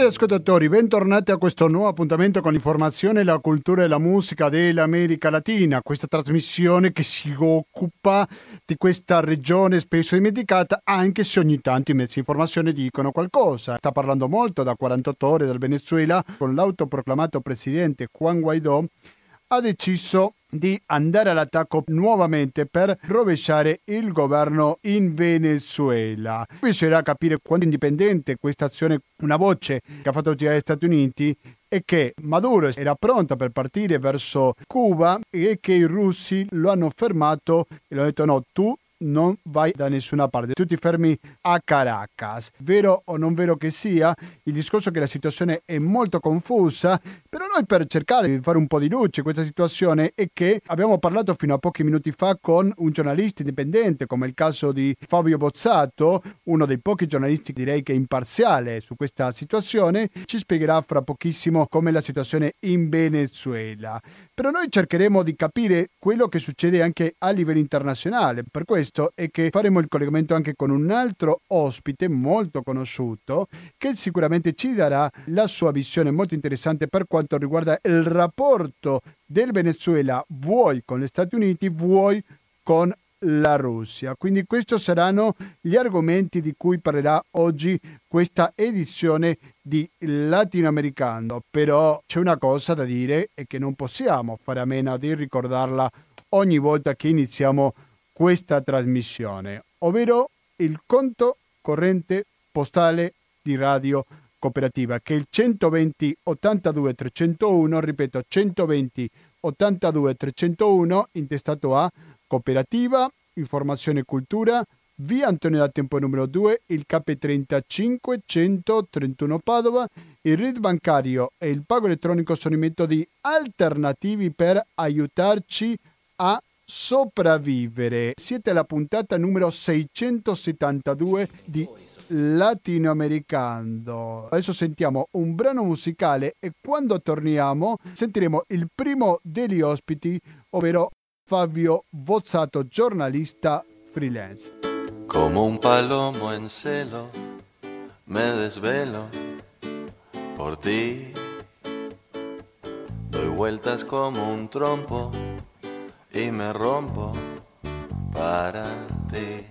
Cari ascoltatori, bentornati a questo nuovo appuntamento con l'informazione, la cultura e la musica dell'America Latina. Questa trasmissione che si occupa di questa regione spesso dimenticata, anche se ogni tanto i mezzi di informazione dicono qualcosa. Sta parlando molto da 48 ore del Venezuela, con l'autoproclamato presidente Juan Guaidó ha deciso di andare all'attacco nuovamente per rovesciare il governo in Venezuela. Bisognerà capire quanto indipendente questa azione, una voce che ha fatto utilizzare gli Stati Uniti, è che Maduro era pronto per partire verso Cuba e che i russi lo hanno fermato e lo hanno detto no, tu non vai da nessuna parte, tu ti fermi a Caracas. Vero o non vero che sia, il discorso è che la situazione è molto confusa, però noi per cercare di fare un po' di luce in questa situazione è che abbiamo parlato fino a pochi minuti fa con un giornalista indipendente, come il caso di Fabio Bozzato, uno dei pochi giornalisti direi che è imparziale su questa situazione, ci spiegherà fra pochissimo com'è la situazione in Venezuela. Però noi cercheremo di capire quello che succede anche a livello internazionale, per questo è che faremo il collegamento anche con un altro ospite molto conosciuto che sicuramente ci darà la sua visione molto interessante per quanto riguarda il rapporto del Venezuela vuoi con gli Stati Uniti vuoi con la Russia. Quindi questi saranno gli argomenti di cui parlerà oggi questa edizione di Latinoamericano. Però c'è una cosa da dire e che non possiamo fare a meno di ricordarla ogni volta che iniziamo questa trasmissione, ovvero il conto corrente postale di Radio Cooperativa, che è il 120 82 301, ripeto 120 82 301, intestato a Cooperativa, Informazione e Cultura, via Antonio da Tempo numero 2, il KP35 131 Padova. Il RID bancario e il pago elettronico sono i metodi alternativi per aiutarci a sopravvivere. Siete alla puntata numero 672 di Latinoamericano. Adesso sentiamo un brano musicale e quando torniamo sentiremo il primo degli ospiti, ovvero Fabio Bozzato, giornalista freelance. Como un palomo en celo, me desvelo por ti. Doy vueltas como un trompo y me rompo para ti.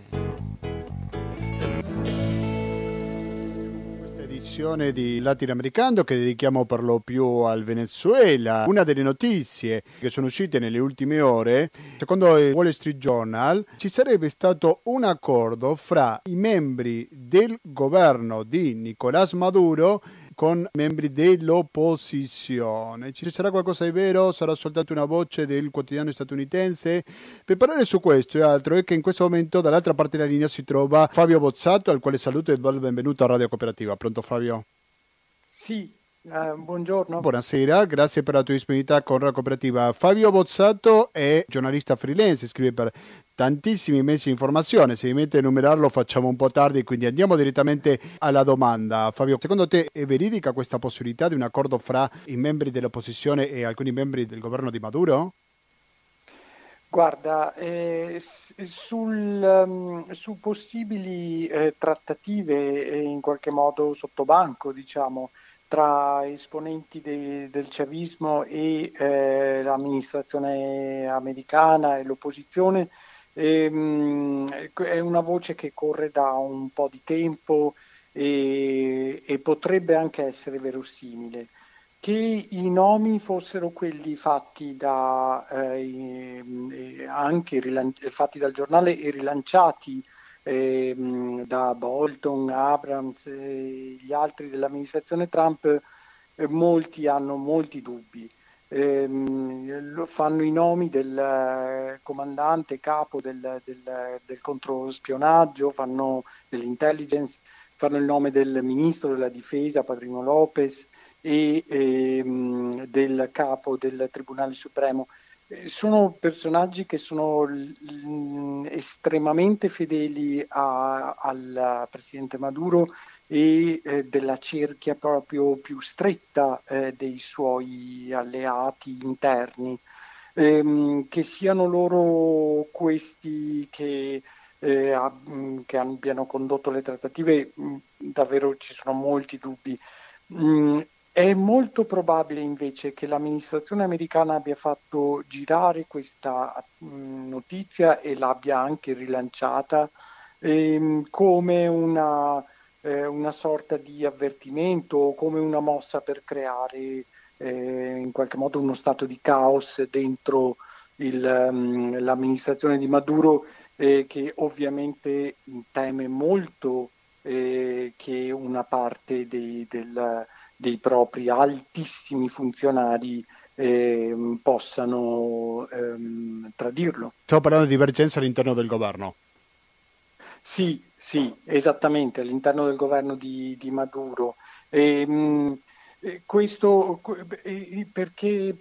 Edizione di Latinoamericano che dedichiamo per lo più al Venezuela. Una delle notizie che sono uscite nelle ultime ore, secondo il Wall Street Journal, ci sarebbe stato un accordo fra i membri del governo di Nicolás Maduro con membri dell'opposizione. Ci sarà qualcosa di vero? Sarà soltanto una voce del quotidiano statunitense? Per parlare su questo e altro è che in questo momento dall'altra parte della linea si trova Fabio Bozzato, al quale saluto e do il benvenuto a Radio Cooperativa. Pronto Fabio? Sì, buongiorno. Buonasera, grazie per la tua disponibilità con Radio Cooperativa. Fabio Bozzato è giornalista freelance, scrive per tantissimi mezzi di informazione, se mi mette a enumerarlo facciamo un po' tardi, quindi andiamo direttamente alla domanda. Fabio, secondo te è veridica questa possibilità di un accordo fra i membri dell'opposizione e alcuni membri del governo di Maduro? Guarda, su possibili trattative in qualche modo sottobanco, diciamo, tra esponenti del chavismo e l'amministrazione americana e l'opposizione, è una voce che corre da un po' di tempo e potrebbe anche essere verosimile. Che i nomi fossero quelli fatti fatti dal giornale e rilanciati da Bolton, Abrams e gli altri dell'amministrazione Trump, molti hanno molti dubbi. Lo fanno i nomi del comandante capo del controspionaggio, fanno dell'intelligence, fanno il nome del ministro della difesa, Padrino Lopez, e del capo del Tribunale Supremo. Sono personaggi che sono estremamente fedeli al presidente Maduro e della cerchia proprio più stretta dei suoi alleati interni. Che siano loro questi che abbiano condotto le trattative, davvero ci sono molti dubbi. Mm, è molto probabile invece che l'amministrazione americana abbia fatto girare questa notizia e l'abbia anche rilanciata come una sorta di avvertimento o come una mossa per creare in qualche modo uno stato di caos dentro l'amministrazione di Maduro, che ovviamente teme molto che una parte dei propri altissimi funzionari possano tradirlo. Stiamo parlando di divergenze all'interno del governo. Sì, sì, esattamente, all'interno del governo di Maduro. Questo perché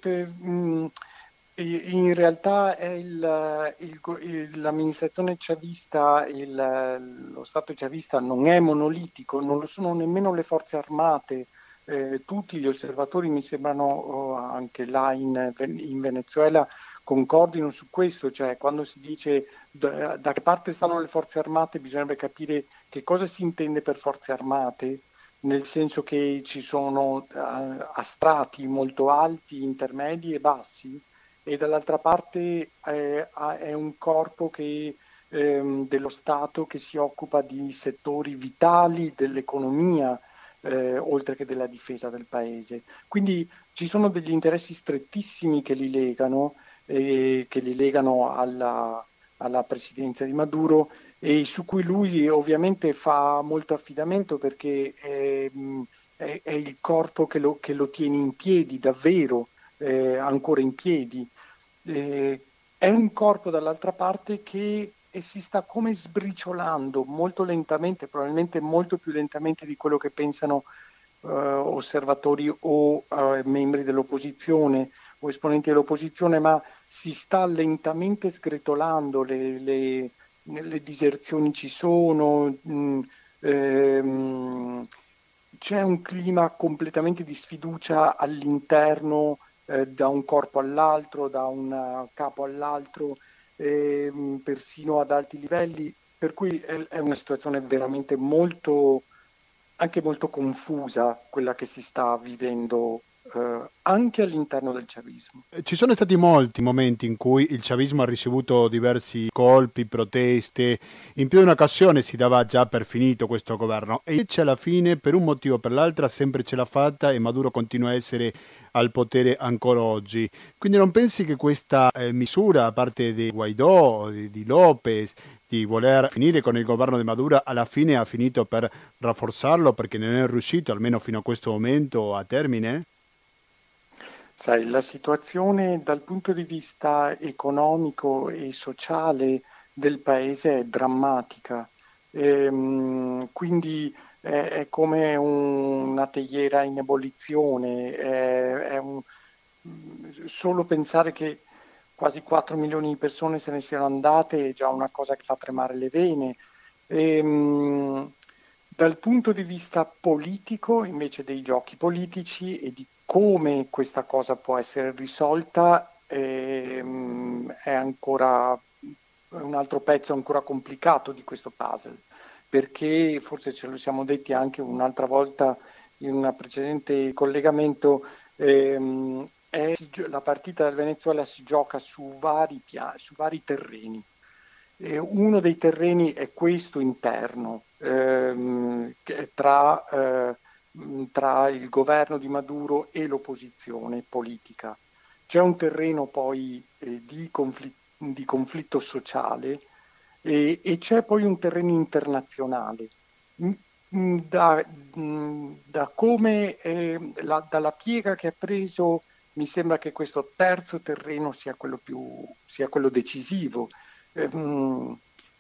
in realtà è l'amministrazione chavista, lo Stato chavista non è monolitico, non lo sono nemmeno le forze armate. Tutti gli osservatori mi sembrano anche là in Venezuela concordino su questo, cioè quando si dice da che parte stanno le forze armate bisognerebbe capire che cosa si intende per forze armate, nel senso che ci sono a strati molto alti, intermedi e bassi, e dall'altra parte è un corpo dello Stato che si occupa di settori vitali dell'economia, oltre che della difesa del paese. Quindi ci sono degli interessi strettissimi che li legano alla presidenza di Maduro e su cui lui ovviamente fa molto affidamento perché è il corpo che lo tiene in piedi, davvero, ancora in piedi. È un corpo dall'altra parte che si sta come sbriciolando molto lentamente, probabilmente molto più lentamente di quello che pensano osservatori o membri dell'opposizione o esponenti dell'opposizione, ma si sta lentamente sgretolando, le diserzioni ci sono, c'è un clima completamente di sfiducia all'interno da un corpo all'altro, da un capo all'altro, persino ad alti livelli, per cui è una situazione veramente molto, anche molto confusa quella che si sta vivendo anche all'interno del chavismo. Ci sono stati molti momenti in cui il chavismo ha ricevuto diversi colpi, proteste, in più di un'occasione si dava già per finito questo governo e invece alla fine per un motivo o per l'altro sempre ce l'ha fatta e Maduro continua a essere al potere ancora oggi. Quindi non pensi che questa misura, a parte di Guaidó, di Lopez, di voler finire con il governo di Maduro, alla fine ha finito per rafforzarlo perché non è riuscito, almeno fino a questo momento, a termine? Sai, la situazione dal punto di vista economico e sociale del paese è drammatica. Quindi è come una teiera in ebollizione. Solo pensare che quasi 4 milioni di persone se ne siano andate è già una cosa che fa tremare le vene. Dal punto di vista politico, invece, dei giochi politici e di come questa cosa può essere risolta, è ancora un altro pezzo ancora complicato di questo puzzle, perché forse ce lo siamo detti anche un'altra volta in un precedente collegamento, la partita del Venezuela si gioca su vari terreni. Uno dei terreni è questo interno, tra il governo di Maduro e l'opposizione politica. C'è un terreno poi di conflitto sociale e c'è poi un terreno internazionale. Mm, da come, dalla piega che ha preso, mi sembra che questo terzo terreno sia quello decisivo. Ehm,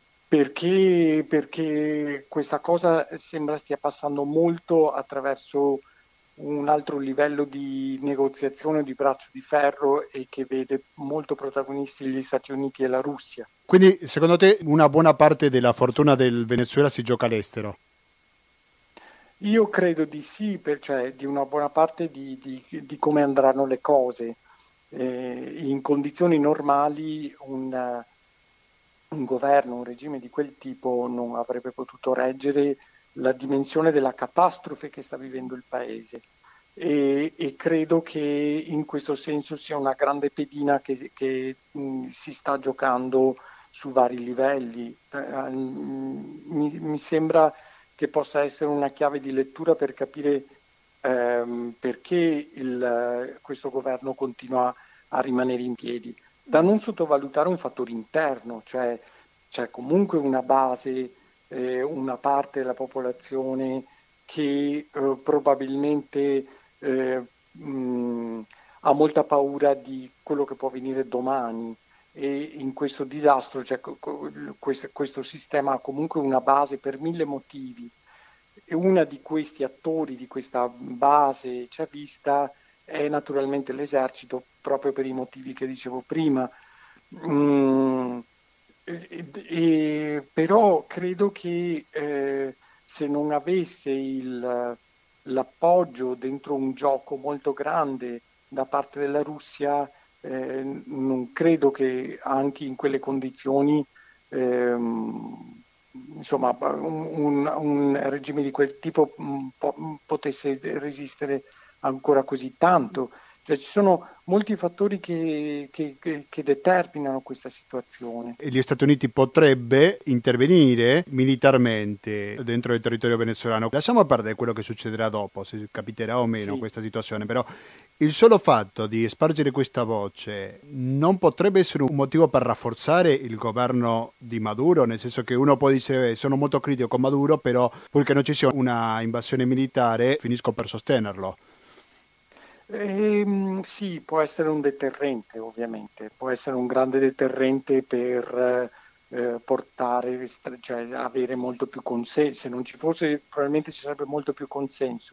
perché questa cosa sembra stia passando molto attraverso un altro livello di negoziazione di braccio di ferro e che vede molto protagonisti gli Stati Uniti e la Russia. Quindi, secondo te, una buona parte della fortuna del Venezuela si gioca all'estero? Io credo di sì, cioè di una buona parte di come andranno le cose. In condizioni normali un governo, un regime di quel tipo non avrebbe potuto reggere la dimensione della catastrofe che sta vivendo il paese. E credo che in questo senso sia una grande pedina che si sta giocando su vari livelli. Mi sembra che possa essere una chiave di lettura per capire perché questo governo continua a rimanere in piedi. Da non sottovalutare un fattore interno, cioè c'è comunque una base, una parte della popolazione che probabilmente eh, mh, ha molta paura di quello che può avvenire domani, e in questo disastro, cioè, questo sistema ha comunque una base per mille motivi, e una di questi attori, di questa base chavista, è naturalmente l'esercito, proprio per i motivi che dicevo prima. Mm, Però credo che se non avesse l'appoggio dentro un gioco molto grande da parte della Russia, non credo che anche in quelle condizioni, insomma, un regime di quel tipo potesse resistere ancora così tanto. Cioè, ci sono molti fattori che determinano questa situazione. E gli Stati Uniti potrebbe intervenire militarmente dentro il territorio venezuelano. Lasciamo perdere quello che succederà dopo, se capiterà o meno Sì. questa situazione, però il solo fatto di spargere questa voce non potrebbe essere un motivo per rafforzare il governo di Maduro, nel senso che uno può dire sono molto critico con Maduro, però purché non ci sia una invasione militare finisco per sostenerlo. Sì, può essere un deterrente, ovviamente, può essere un grande deterrente per portare, cioè avere molto più consenso. Se non ci fosse, probabilmente ci sarebbe molto più consenso,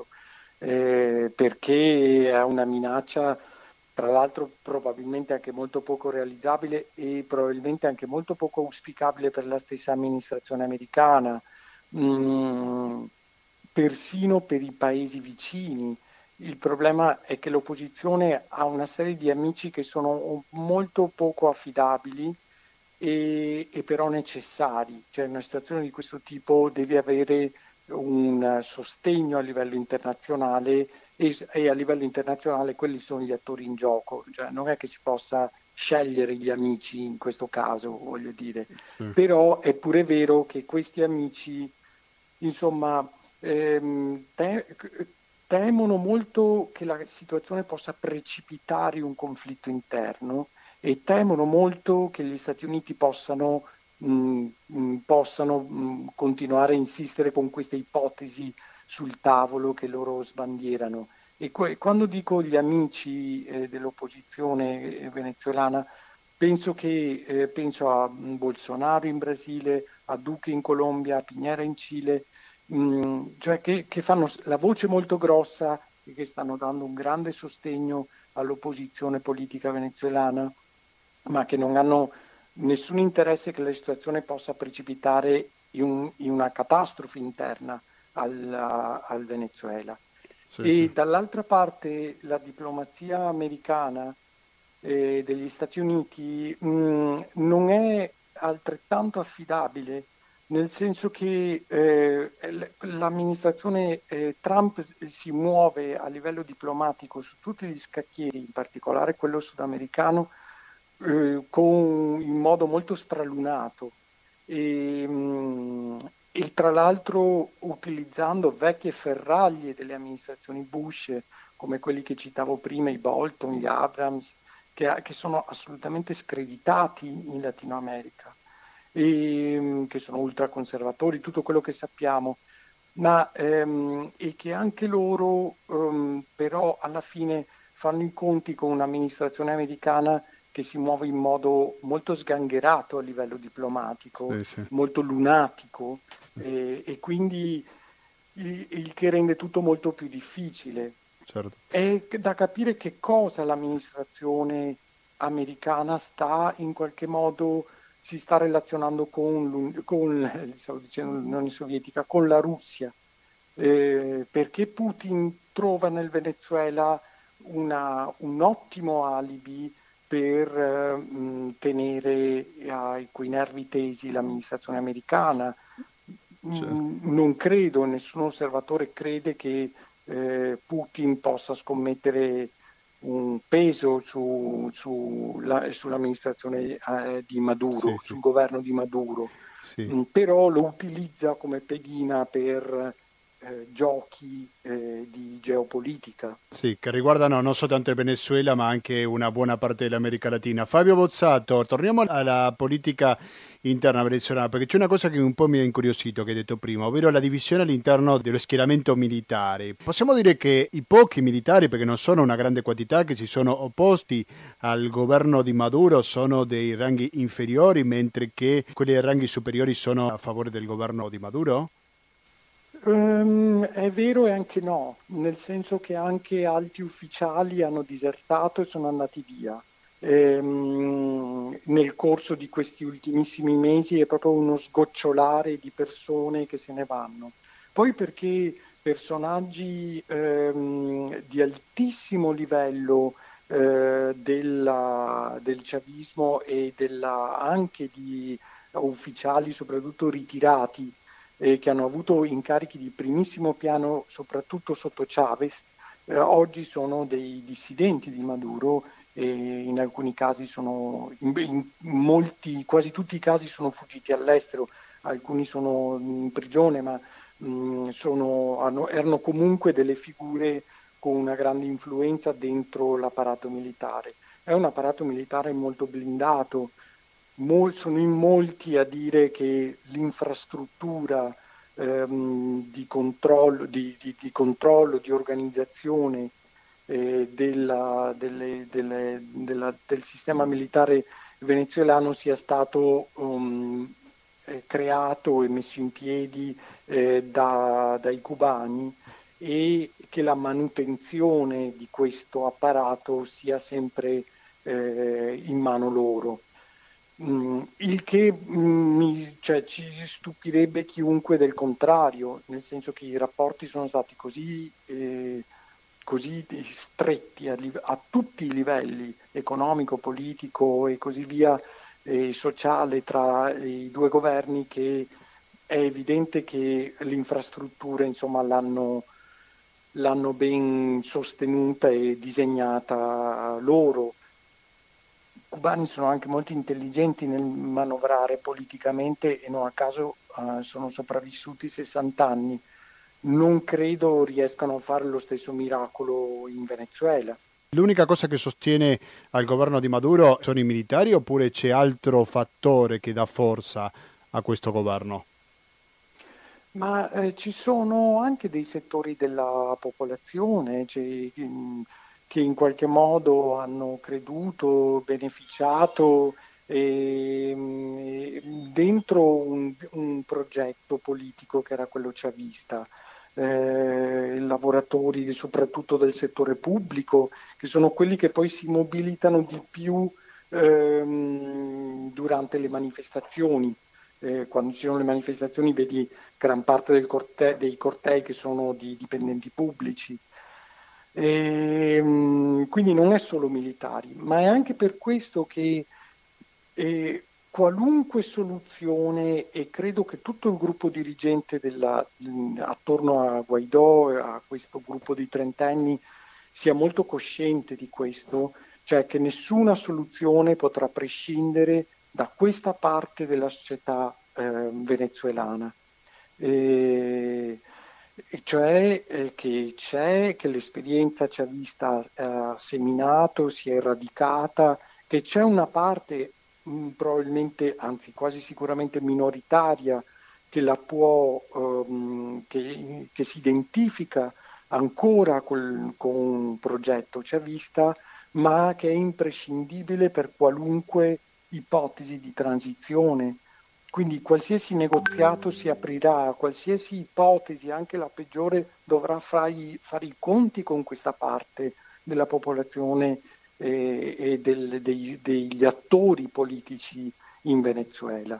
perché è una minaccia, tra l'altro, probabilmente anche molto poco realizzabile e probabilmente anche molto poco auspicabile per la stessa amministrazione americana. Mm, Persino per i paesi vicini. Il problema è che l'opposizione ha una serie di amici che sono molto poco affidabili e però necessari. Cioè, in una situazione di questo tipo devi avere un sostegno a livello internazionale, e a livello internazionale quelli sono gli attori in gioco. Cioè, non è che si possa scegliere gli amici in questo caso, voglio dire. Sì. Però è pure vero che questi amici, insomma, temono molto che la situazione possa precipitare un conflitto interno, e temono molto che gli Stati Uniti possano continuare a insistere con queste ipotesi sul tavolo che loro sbandierano. E quando dico gli amici dell'opposizione venezuelana, penso a Bolsonaro in Brasile, a Duque in Colombia, a Piñera in Cile, cioè che fanno la voce molto grossa e che stanno dando un grande sostegno all'opposizione politica venezuelana, ma che non hanno nessun interesse che la situazione possa precipitare in una catastrofe interna al Venezuela. Sì, sì. E dall'altra parte la diplomazia americana degli Stati Uniti non è altrettanto affidabile, nel senso che l'amministrazione Trump si muove a livello diplomatico su tutti gli scacchieri, in particolare quello sudamericano, in modo molto stralunato, e tra l'altro utilizzando vecchie ferraglie delle amministrazioni Bush, come quelli che citavo prima, i Bolton, gli Abrams, che sono assolutamente screditati in Latino America, che sono ultraconservatori, tutto quello che sappiamo, e che anche loro però alla fine fanno i conti con un'amministrazione americana che si muove in modo molto sgangherato a livello diplomatico, Sì, sì, molto lunatico, e quindi il che rende tutto molto più difficile. certo. È da capire che cosa l'amministrazione americana sta in qualche modo si sta relazionando stavo dicendo l'Unione Sovietica, con la Russia, perché Putin trova nel Venezuela un ottimo alibi per tenere coi nervi tesi l'amministrazione americana. Cioè, Non credo, nessun osservatore crede che Putin possa scommettere un peso sull'amministrazione di sì, Maduro, sì, sul governo di Maduro. sì. Però lo utilizza come pedina per giochi di geopolitica. Sì, che riguardano non soltanto il Venezuela, ma anche una buona parte dell'America Latina. Fabio Bozzato, torniamo alla politica interna venezuelana, perché c'è una cosa che un po' mi ha incuriosito, che hai detto prima, ovvero la divisione all'interno dello schieramento militare. Possiamo dire che i pochi militari, perché non sono una grande quantità, che si sono opposti al governo di Maduro, sono dei ranghi inferiori, mentre che quelli dei ranghi superiori sono a favore del governo di Maduro? È vero e anche no, nel senso che anche alti ufficiali hanno disertato e sono andati via. Nel corso di questi ultimissimi mesi è proprio uno sgocciolare di persone che se ne vanno. Poi perché personaggi di altissimo livello del chavismo e anche di ufficiali, soprattutto ritirati, che hanno avuto incarichi di primissimo piano, soprattutto sotto Chavez, oggi sono dei dissidenti di Maduro e in alcuni casi in molti, quasi tutti i casi sono fuggiti all'estero, alcuni sono in prigione, ma erano comunque delle figure con una grande influenza dentro l'apparato militare. È un apparato militare molto blindato, sono in molti a dire che l'infrastruttura di controllo, di organizzazione del sistema militare venezuelano sia stato creato e messo in piedi dai cubani e che la manutenzione di questo apparato sia sempre in mano loro. Il che cioè, ci stupirebbe chiunque del contrario, nel senso che i rapporti sono stati così stretti a tutti i livelli, economico, politico e così via, sociale, tra i due governi, che è evidente che l'infrastruttura, insomma, l'hanno ben sostenuta e disegnata loro. I cubani sono anche molto intelligenti nel manovrare politicamente e non a caso sono sopravvissuti 60 anni. Non credo riescano a fare lo stesso miracolo in Venezuela. L'unica cosa che sostiene al governo di Maduro sono i militari oppure c'è altro fattore che dà forza a questo governo? Ma ci sono anche dei settori della popolazione che in qualche modo hanno creduto, beneficiato dentro un progetto politico che era quello chavista. Lavoratori soprattutto del settore pubblico, che sono quelli che poi si mobilitano di più durante le manifestazioni. Quando ci sono le manifestazioni vedi gran parte dei cortei che sono di dipendenti pubblici. Quindi non è solo militari, ma è anche per questo che qualunque soluzione, e credo che tutto il gruppo dirigente attorno a Guaidó, a questo gruppo di trentenni, sia molto cosciente di questo, cioè che nessuna soluzione potrà prescindere da questa parte della società venezuelana. E, e cioè che l'esperienza chavista ha seminato, si è radicata, che c'è una parte probabilmente, anzi quasi sicuramente minoritaria, che che si identifica ancora con un progetto chavista, ma che è imprescindibile per qualunque ipotesi di transizione. Quindi qualsiasi negoziato si aprirà, qualsiasi ipotesi, anche la peggiore, dovrà fare i conti con questa parte della popolazione e degli attori politici in Venezuela.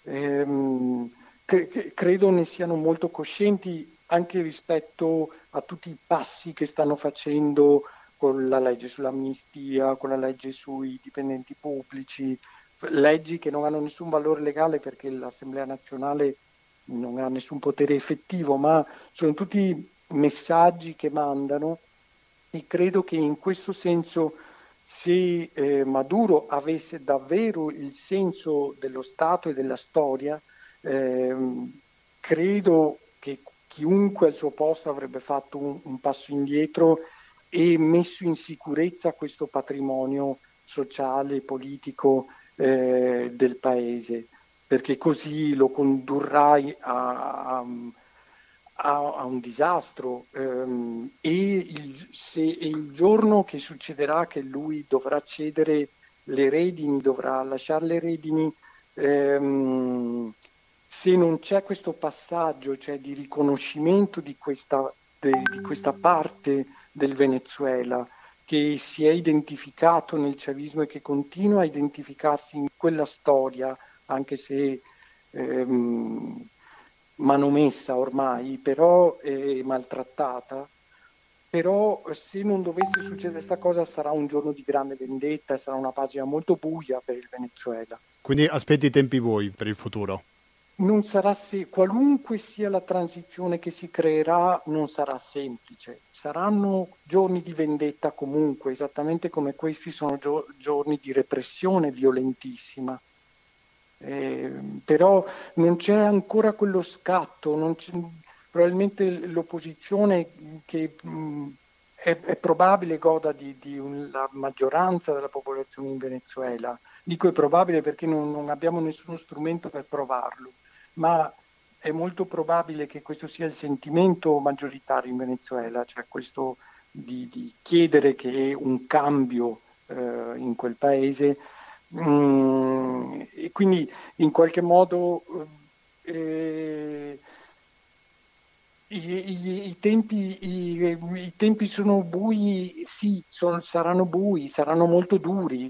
Credo ne siano molto coscienti anche rispetto a tutti i passi che stanno facendo con la legge sull'amnistia, con la legge sui dipendenti pubblici, leggi che non hanno nessun valore legale perché l'Assemblea nazionale non ha nessun potere effettivo, ma sono tutti messaggi che mandano, e credo che in questo senso, se Maduro avesse davvero il senso dello Stato e della storia, credo che chiunque al suo posto avrebbe fatto un passo indietro e messo in sicurezza questo patrimonio sociale e politico del paese, perché così lo condurrai a un disastro, se il giorno che succederà che lui dovrà cedere le redini, dovrà lasciare le redini, se non c'è questo passaggio, cioè di riconoscimento di questa parte del Venezuela che si è identificato nel chavismo e che continua a identificarsi in quella storia, anche se manomessa ormai, però maltrattata. Però se non dovesse succedere questa cosa, sarà un giorno di grande vendetta e sarà una pagina molto buia per il Venezuela. Quindi aspetti tempi bui per il futuro. Non sarà qualunque sia la transizione che si creerà, non sarà semplice. Saranno giorni di vendetta comunque, esattamente come questi sono giorni di repressione violentissima. Però non c'è ancora quello scatto, probabilmente l'opposizione, che è probabile goda di la maggioranza della popolazione in Venezuela. Dico è probabile perché non abbiamo nessuno strumento per provarlo, ma è molto probabile che questo sia il sentimento maggioritario in Venezuela, cioè questo di chiedere che un cambio in quel paese. E quindi in qualche modo i tempi sono bui, sì, saranno bui, saranno molto duri,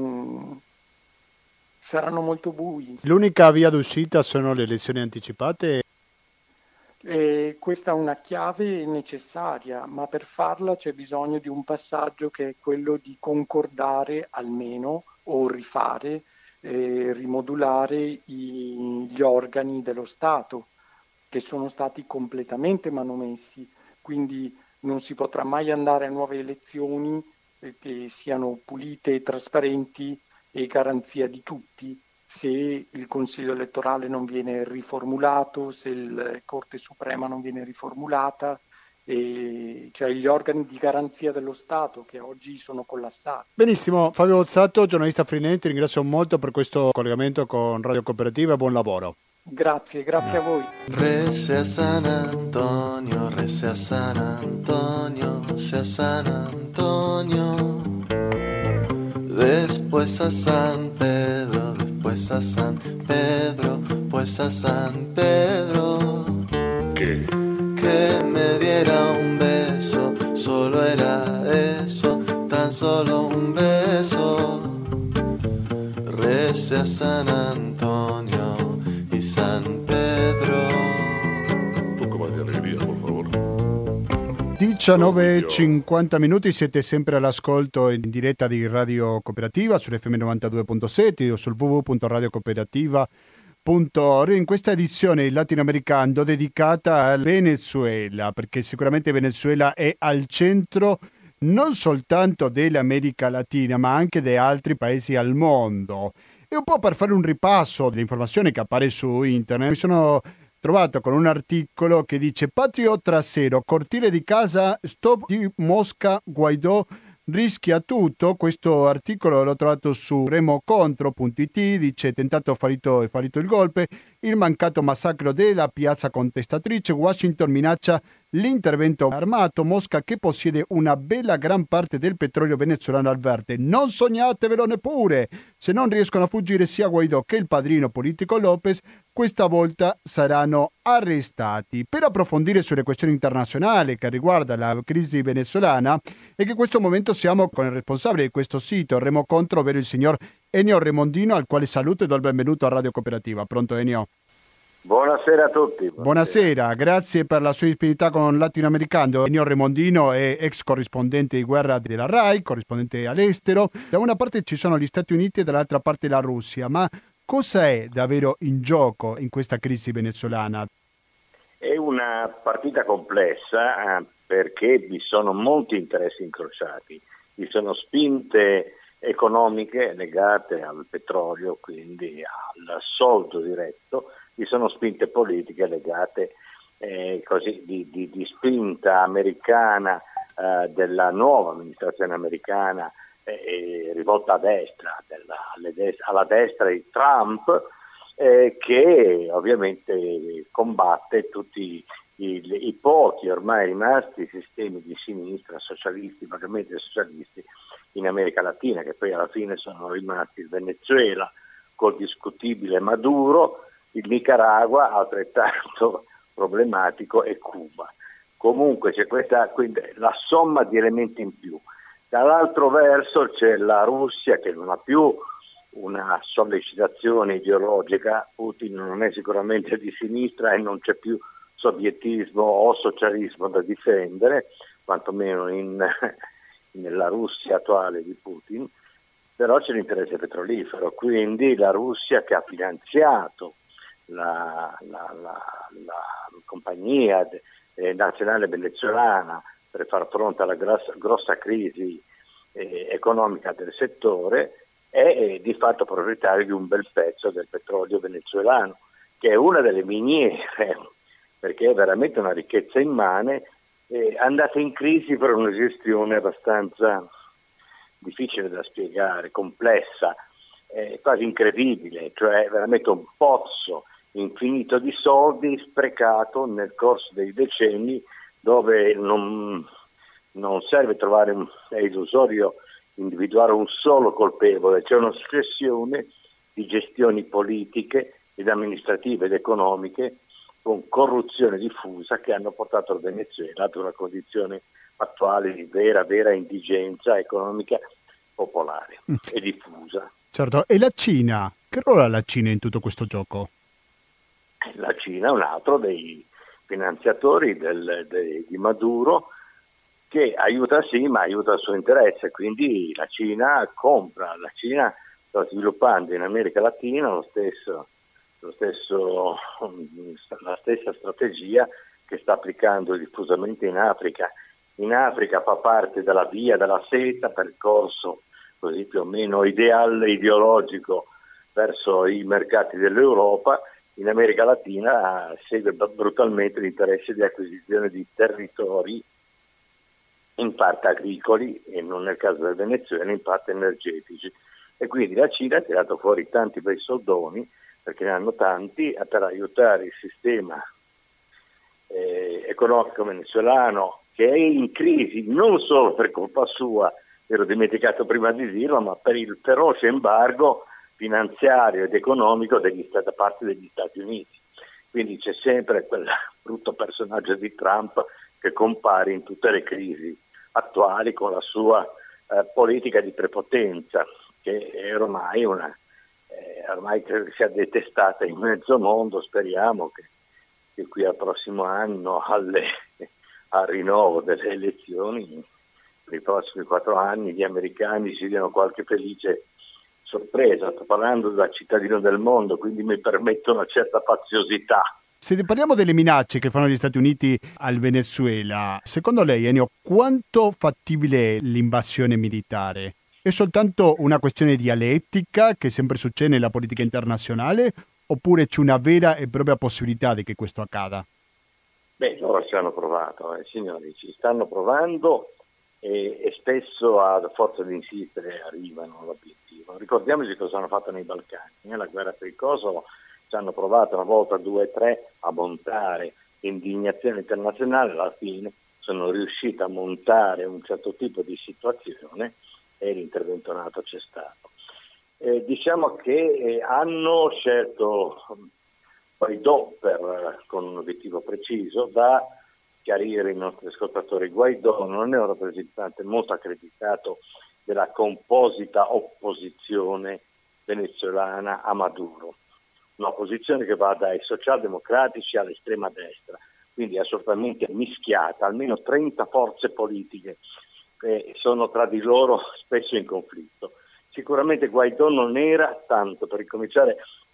saranno molto bui. L'unica via d'uscita sono le elezioni anticipate? Questa è una chiave necessaria, ma per farla c'è bisogno di un passaggio che è quello di concordare almeno o rifare, rimodulare gli organi dello Stato, che sono stati completamente manomessi, quindi non si potrà mai andare a nuove elezioni che siano pulite e trasparenti e garanzia di tutti, se il Consiglio elettorale non viene riformulato, se la Corte Suprema non viene riformulata, cioè gli organi di garanzia dello Stato che oggi sono collassati. Benissimo, Fabio Bozzato, giornalista freelance, ti ringrazio molto per questo collegamento con Radio Cooperativa e buon lavoro. Grazie a voi. Rece a San Antonio, rece a San Antonio, rece a San Antonio. Después a San Pedro, después a San Pedro, pues a San Pedro. ¿Qué? Que me diera un beso, solo era eso, tan solo un beso. Rece a San Antonio y San Pedro. Un poco más de alegría, por favor. 19:50 minuti, siete sempre all'ascolto in diretta di Radio Cooperativa sull'FM 92.7 o sul www.radiocooperativa.org. In questa edizione latinoamericana dedicata al Venezuela, perché sicuramente Venezuela è al centro non soltanto dell'America Latina, ma anche di altri paesi al mondo. E un po' per fare un ripasso delle informazioni che appare su internet, mi sono trovato con un articolo che dice: patio trasero, cortile di casa, stop di Mosca, Guaidó rischia tutto. Questo articolo l'ho trovato su remocontro.it, dice: tentato fallito il golpe, il mancato massacro della piazza contestatrice, Washington minaccia l'intervento armato, Mosca che possiede una bella gran parte del petrolio venezuelano avverte: non sognatevelo neppure, se non riescono a fuggire sia Guaidó che il padrino politico López questa volta saranno arrestati. Per approfondire sulle questioni internazionali che riguarda la crisi venezuelana, e che in questo momento siamo con il responsabile di questo sito Remocontro, ovvero il signor Ennio Remondino, al quale saluto e do il benvenuto a Radio Cooperativa. Pronto Ennio? Buonasera a tutti. Buonasera, grazie per la sua disponibilità con Latinoamericano. Ennio Remondino è ex corrispondente di guerra della RAI, corrispondente all'estero. Da una parte ci sono gli Stati Uniti e dall'altra parte la Russia, ma Cosa è davvero in gioco in questa crisi venezuelana? È una partita complessa perché vi sono molti interessi incrociati, vi sono spinte economiche legate al petrolio, quindi al soldo diretto, vi sono spinte politiche legate di spinta americana, della nuova amministrazione americana rivolta a destra, alla destra di Trump, che ovviamente combatte tutti i pochi ormai rimasti sistemi di sinistra, socialisti, vagamente socialisti in America Latina, che poi alla fine sono rimasti il Venezuela col discutibile Maduro, il Nicaragua altrettanto problematico e Cuba. Comunque c'è la somma di elementi in più. Dall'altro verso c'è la Russia che non ha più una sollecitazione ideologica, Putin non è sicuramente di sinistra e non c'è più soviettismo o socialismo da difendere, quantomeno nella Russia attuale di Putin, però c'è l'interesse petrolifero, quindi la Russia che ha finanziato la compagnia nazionale venezuelana per far fronte alla grossa crisi economica del settore, è di fatto proprietario di un bel pezzo del petrolio venezuelano, che è una delle miniere, perché è veramente una ricchezza immane, andata in crisi per una gestione abbastanza difficile da spiegare, complessa, quasi incredibile, cioè veramente un pozzo infinito di soldi sprecato nel corso dei decenni, dove non serve trovare, è illusorio individuare un solo colpevole, c'è una successione di gestioni politiche ed amministrative ed economiche con corruzione diffusa che hanno portato il Venezuela ad una condizione attuale di vera indigenza economica popolare e diffusa. Certo, e la Cina? Che ruolo ha la Cina in tutto questo gioco? La Cina è un altro dei finanziatori di Maduro, che aiuta sì, ma aiuta il suo interesse, quindi la Cina compra, la Cina sta sviluppando in America Latina la stessa strategia che sta applicando diffusamente in Africa. In Africa fa parte della via della seta, percorso così più o meno ideologico verso i mercati dell'Europa. In America Latina segue brutalmente l'interesse di acquisizione di territori, in parte agricoli e non nel caso del Venezuela, in parte energetici. E quindi la Cina ha tirato fuori tanti bei soldoni, perché ne hanno tanti, per aiutare il sistema economico venezuelano, che è in crisi non solo per colpa sua, ero dimenticato prima di dirlo, ma per il feroce embargo finanziario ed economico da parte degli Stati Uniti. Quindi c'è sempre quel brutto personaggio di Trump che compare in tutte le crisi attuali con la sua politica di prepotenza, che è ormai credo che sia detestata in mezzo mondo. Speriamo che qui al prossimo anno al rinnovo delle elezioni, per i prossimi 4 anni, gli americani ci diano qualche felice sorpresa. Sto parlando da cittadino del mondo, quindi mi permetto una certa faziosità. Se parliamo delle minacce che fanno gli Stati Uniti al Venezuela, secondo lei, Ennio, quanto fattibile è l'invasione militare? È soltanto una questione dialettica che sempre succede nella politica internazionale, oppure c'è una vera e propria possibilità di che questo accada? Beh, loro ci hanno provato, signori, ci stanno provando e spesso a forza di insistere arrivano all'obiettivo. Ricordiamoci cosa hanno fatto nei Balcani, nella guerra per il Kosovo ci hanno provato una volta, 2, 3 a montare indignazione internazionale, alla fine sono riusciti a montare un certo tipo di situazione e l'intervento NATO c'è stato. Diciamo che hanno scelto Guaidó con un obiettivo preciso. Da chiarire i nostri ascoltatori, Guaidó non è un rappresentante molto accreditato della composita opposizione venezuelana a Maduro, un'opposizione che va dai socialdemocratici all'estrema destra, quindi assolutamente mischiata, almeno 30 forze politiche che sono tra di loro spesso in conflitto. Sicuramente Guaidó non era, tanto per ricominciare,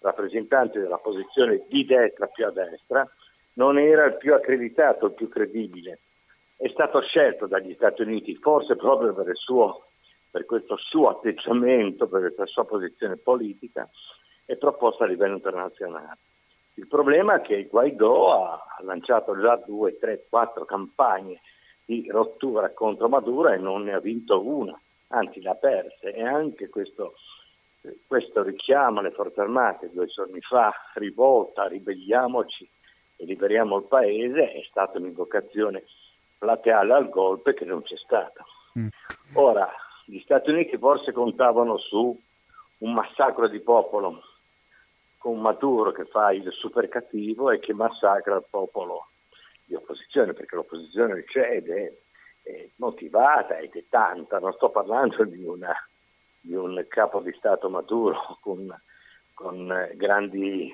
rappresentante della posizione di destra più a destra, non era il più accreditato, il più credibile. È stato scelto dagli Stati Uniti forse proprio per questo suo atteggiamento, per questa sua posizione politica, e proposto a livello internazionale. Il problema è che Guaidó ha lanciato già 2, 3, 4 campagne di rottura contro Maduro e non ne ha vinto una, anzi l'ha persa, e anche questo richiamo alle forze armate 2 giorni fa, rivolta, ribelliamoci e liberiamo il paese, è stata un'invocazione plateale al golpe che non c'è stata. Ora, gli Stati Uniti forse contavano su un massacro di popolo con Maduro che fa il super cattivo e che massacra il popolo di opposizione, perché l'opposizione c'è ed è motivata ed è tanta. Non sto parlando di un capo di Stato Maduro con grande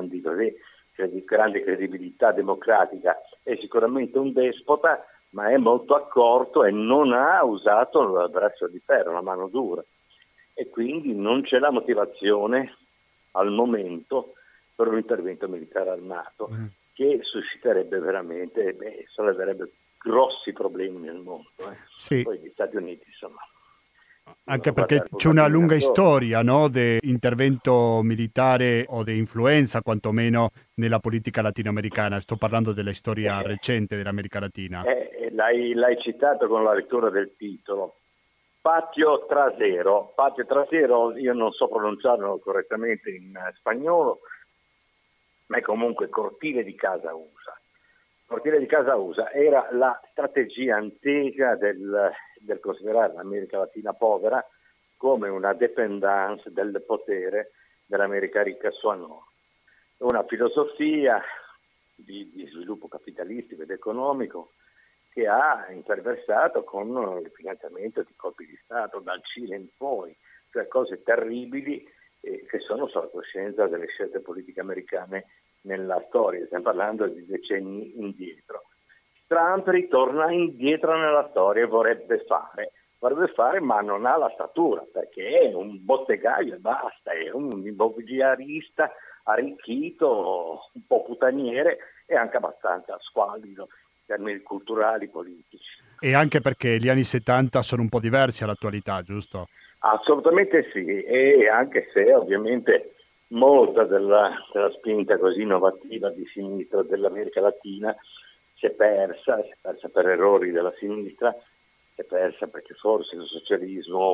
credibilità democratica. È sicuramente un despota, ma è molto accorto e non ha usato il braccio di ferro, la mano dura, e quindi non c'è la motivazione al momento per un intervento militare armato che susciterebbe veramente, solleverebbe grossi problemi nel mondo. Sì. Poi gli Stati Uniti, insomma. Anche perché c'è una lunga storia, no, di intervento militare o di influenza, quantomeno, nella politica latinoamericana. Sto parlando della storia recente dell'America Latina. L'hai citato con la lettura del titolo. Patio trasero, io non so pronunciarlo correttamente in spagnolo, ma è comunque cortile di casa USA. Cortile di casa USA era la strategia antica del considerare l'America Latina povera come una dependance del potere dell'America ricca a sua nord. Una filosofia di sviluppo capitalistico ed economico che ha imperversato con il finanziamento di colpi di Stato dal Cile in poi, cioè cose terribili che sono sulla coscienza delle scelte politiche americane nella storia. Stiamo parlando di decenni indietro. Trump ritorna indietro nella storia e vorrebbe fare, ma non ha la statura, perché è un bottegaio e basta, è un immobiliarista arricchito, un po' putaniere e anche abbastanza squallido in termini culturali, politici. E anche perché gli anni 70 sono un po' diversi all'attualità, giusto? Assolutamente sì, e anche se ovviamente molta della spinta così innovativa di sinistra dell'America Latina si è persa per errori della sinistra, si è persa perché forse il socialismo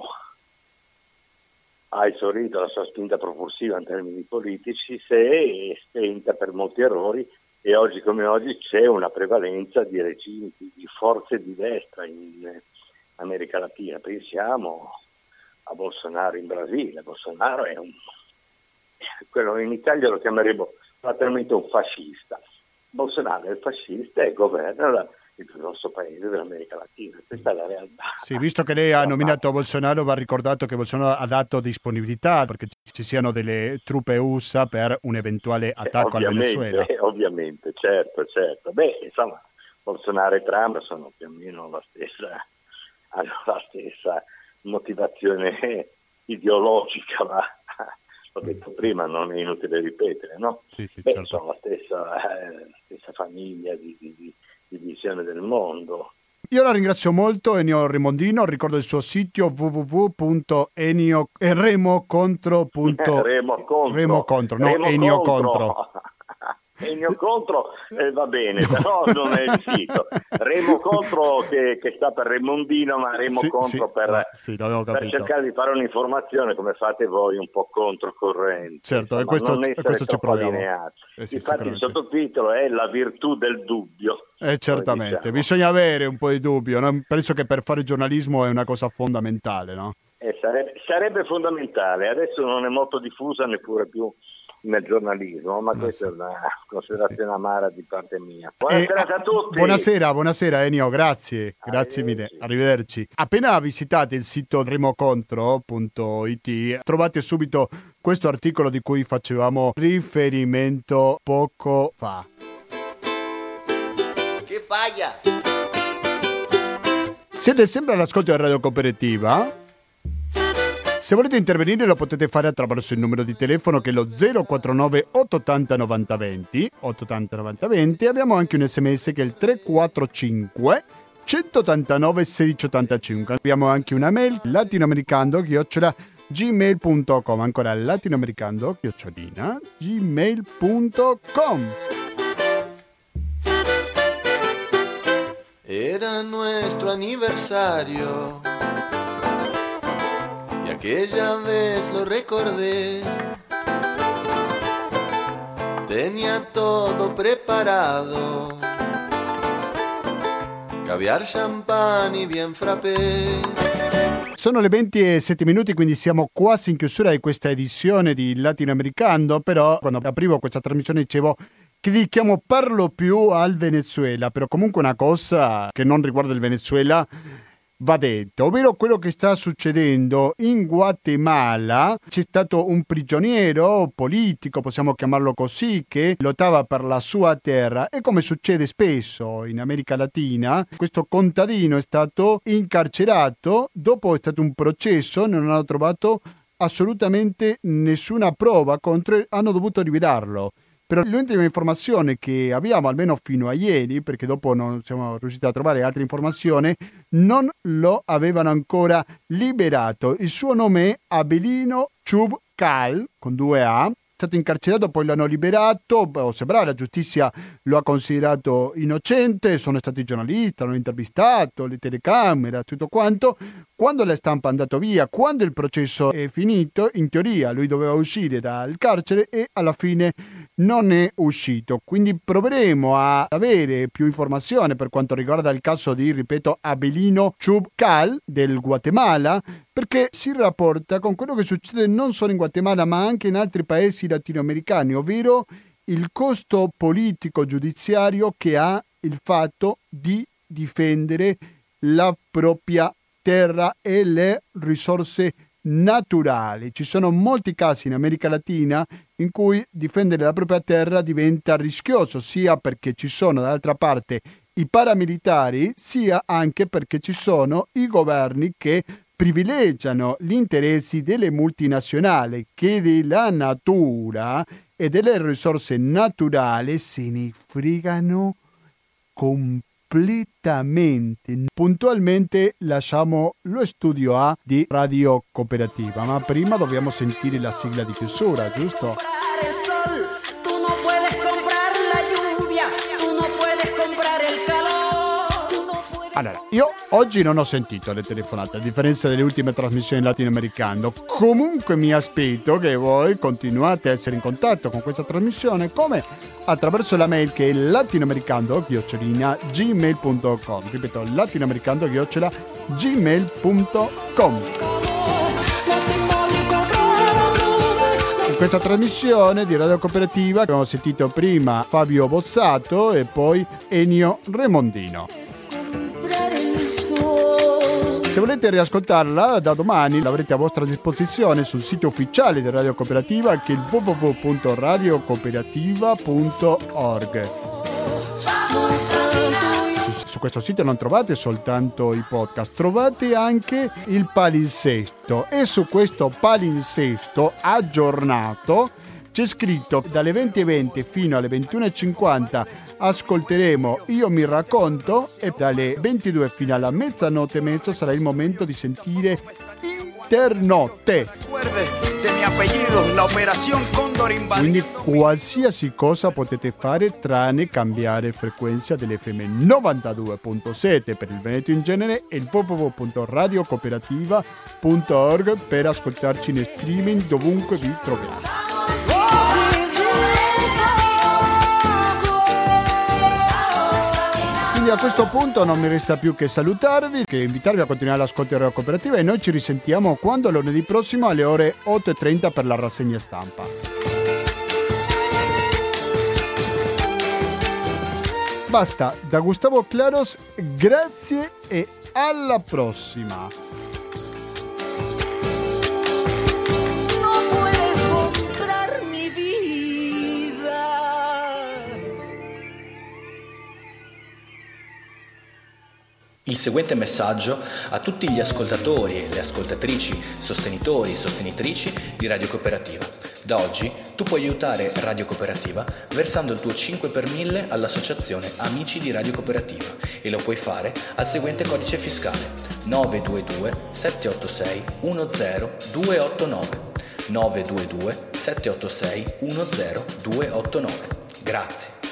ha esaurito la sua spinta propulsiva in termini politici, si è spenta per molti errori, e oggi come oggi c'è una prevalenza di regimi, di forze di destra in America Latina. Pensiamo a Bolsonaro in Brasile. Bolsonaro è quello in Italia lo chiameremo praticamente un fascista. Bolsonaro è il fascista e governa il più grosso paese dell'America Latina. Questa è la realtà. Sì, visto che lei ha nominato Bolsonaro, va ricordato che Bolsonaro ha dato disponibilità perché ci siano delle truppe USA per un eventuale attacco al Venezuela. Ovviamente, certo. Beh, insomma, Bolsonaro e Trump sono più o meno hanno la stessa motivazione ideologica, ma l'ho detto prima, non è inutile ripetere, no? Sì, certo. Sono la stessa famiglia di visione del mondo. Io la ringrazio molto, Ennio Remondino. Ricordo il suo sito www.ennio-contro. Ennio Contro va bene, però non è il sito. Remo Contro che sta per Remondino, ma Remo Contro per cercare di fare un'informazione come fate voi, un po' controcorrente. Certo, e questo ci proviamo. Infatti il sottotitolo è La virtù del dubbio. Certamente, diciamo. Bisogna avere un po' di dubbio, no? Penso che per fare giornalismo è una cosa fondamentale, no? Sarebbe fondamentale, adesso non è molto diffusa neppure più nel giornalismo, ma questa è una considerazione amara di parte mia. Buonasera a tutti. Buonasera Ennio, grazie mille, arrivederci. Appena visitate il sito remocontro.it trovate subito questo articolo di cui facevamo riferimento poco fa. Che faglia? Siete sempre all'ascolto di Radio Cooperativa? Se volete intervenire lo potete fare attraverso il numero di telefono che è lo 049 880 90 20, 880 90 20. Abbiamo anche un sms che è il 345 189 1685. Abbiamo anche una mail latinoamericando@gmail.com, ancora latinoamericando@gmail.com. Era nuestro aniversario y aquella vez lo recordé. Tenía todo preparado, caviar, champagne y bien frappé. Sono le 20:07, quindi siamo quasi in chiusura di questa edizione di Latinoamericano, però quando aprivo questa trasmissione dicevo che dedichiamo per lo più al Venezuela, però comunque una cosa che non riguarda il Venezuela va detto, ovvero quello che sta succedendo in Guatemala. C'è stato un prigioniero politico, possiamo chiamarlo così, che lottava per la sua terra e, come succede spesso in America Latina, questo contadino è stato incarcerato. Dopo è stato un processo, non hanno trovato assolutamente nessuna prova contro, hanno dovuto liberarlo. Però l'ultima informazione che abbiamo, almeno fino a ieri, perché dopo non siamo riusciti a trovare altre informazioni, non lo avevano ancora liberato. Il suo nome è Abelino Chubcal, con 2 A. È stato incarcerato, poi l'hanno liberato. Sembra la giustizia lo ha considerato innocente. Sono stati i giornalisti, l'hanno intervistato, le telecamere, tutto quanto. Quando la stampa è andato via, quando il processo è finito, in teoria lui doveva uscire dal carcere e alla fine non è uscito. Quindi proveremo a avere più informazioni per quanto riguarda il caso di, ripeto, Abelino Chubcal del Guatemala, perché si rapporta con quello che succede non solo in Guatemala ma anche in altri paesi latinoamericani, ovvero il costo politico giudiziario che ha il fatto di difendere la propria terra e le risorse naturali. Ci sono molti casi in America Latina in cui difendere la propria terra diventa rischioso, sia perché ci sono dall'altra parte i paramilitari, sia anche perché ci sono i governi che privilegiano gli interessi delle multinazionali che della natura e delle risorse naturali se ne fregano completamente. Puntualmente lasciamo lo studio A di Radio Cooperativa, ma prima dobbiamo sentire la sigla di chiusura, giusto? Allora, io oggi non ho sentito le telefonate, a differenza delle ultime trasmissioni latinoamericane. Comunque mi aspetto che voi continuate a essere in contatto con questa trasmissione, come attraverso la mail che è latinoamericando@gmail.com. Ripeto, latinoamericando@gmail.com. In questa trasmissione di Radio Cooperativa abbiamo sentito prima Fabio Bozzato e poi Ennio Remondino. Se volete riascoltarla da domani l'avrete a vostra disposizione sul sito ufficiale di Radio Cooperativa, che è il www.radiocooperativa.org. Su questo sito non trovate soltanto i podcast, trovate anche il palinsesto, e su questo palinsesto aggiornato c'è scritto dalle 20:20 fino alle 21:50 ascolteremo Io mi racconto, e dalle 22 fino alla mezzanotte e mezzo sarà il momento di sentire Internotte. Quindi qualsiasi cosa potete fare tranne cambiare frequenza dell'FM 92.7 per il Veneto in genere e il www.radiocooperativa.org per ascoltarci in streaming dovunque vi troviate. A questo punto non mi resta più che salutarvi, che invitarvi a continuare l'ascolto di Radio Cooperativa, e noi ci risentiamo quando lunedì prossimo alle ore 8:30 per la rassegna stampa. Basta, da Gustavo Claros, grazie e alla prossima. Il seguente messaggio a tutti gli ascoltatori e le ascoltatrici, sostenitori e sostenitrici di Radio Cooperativa. Da oggi tu puoi aiutare Radio Cooperativa versando il tuo 5 per 1000 all'associazione Amici di Radio Cooperativa e lo puoi fare al seguente codice fiscale 922 786 10289 922 786 10289. Grazie.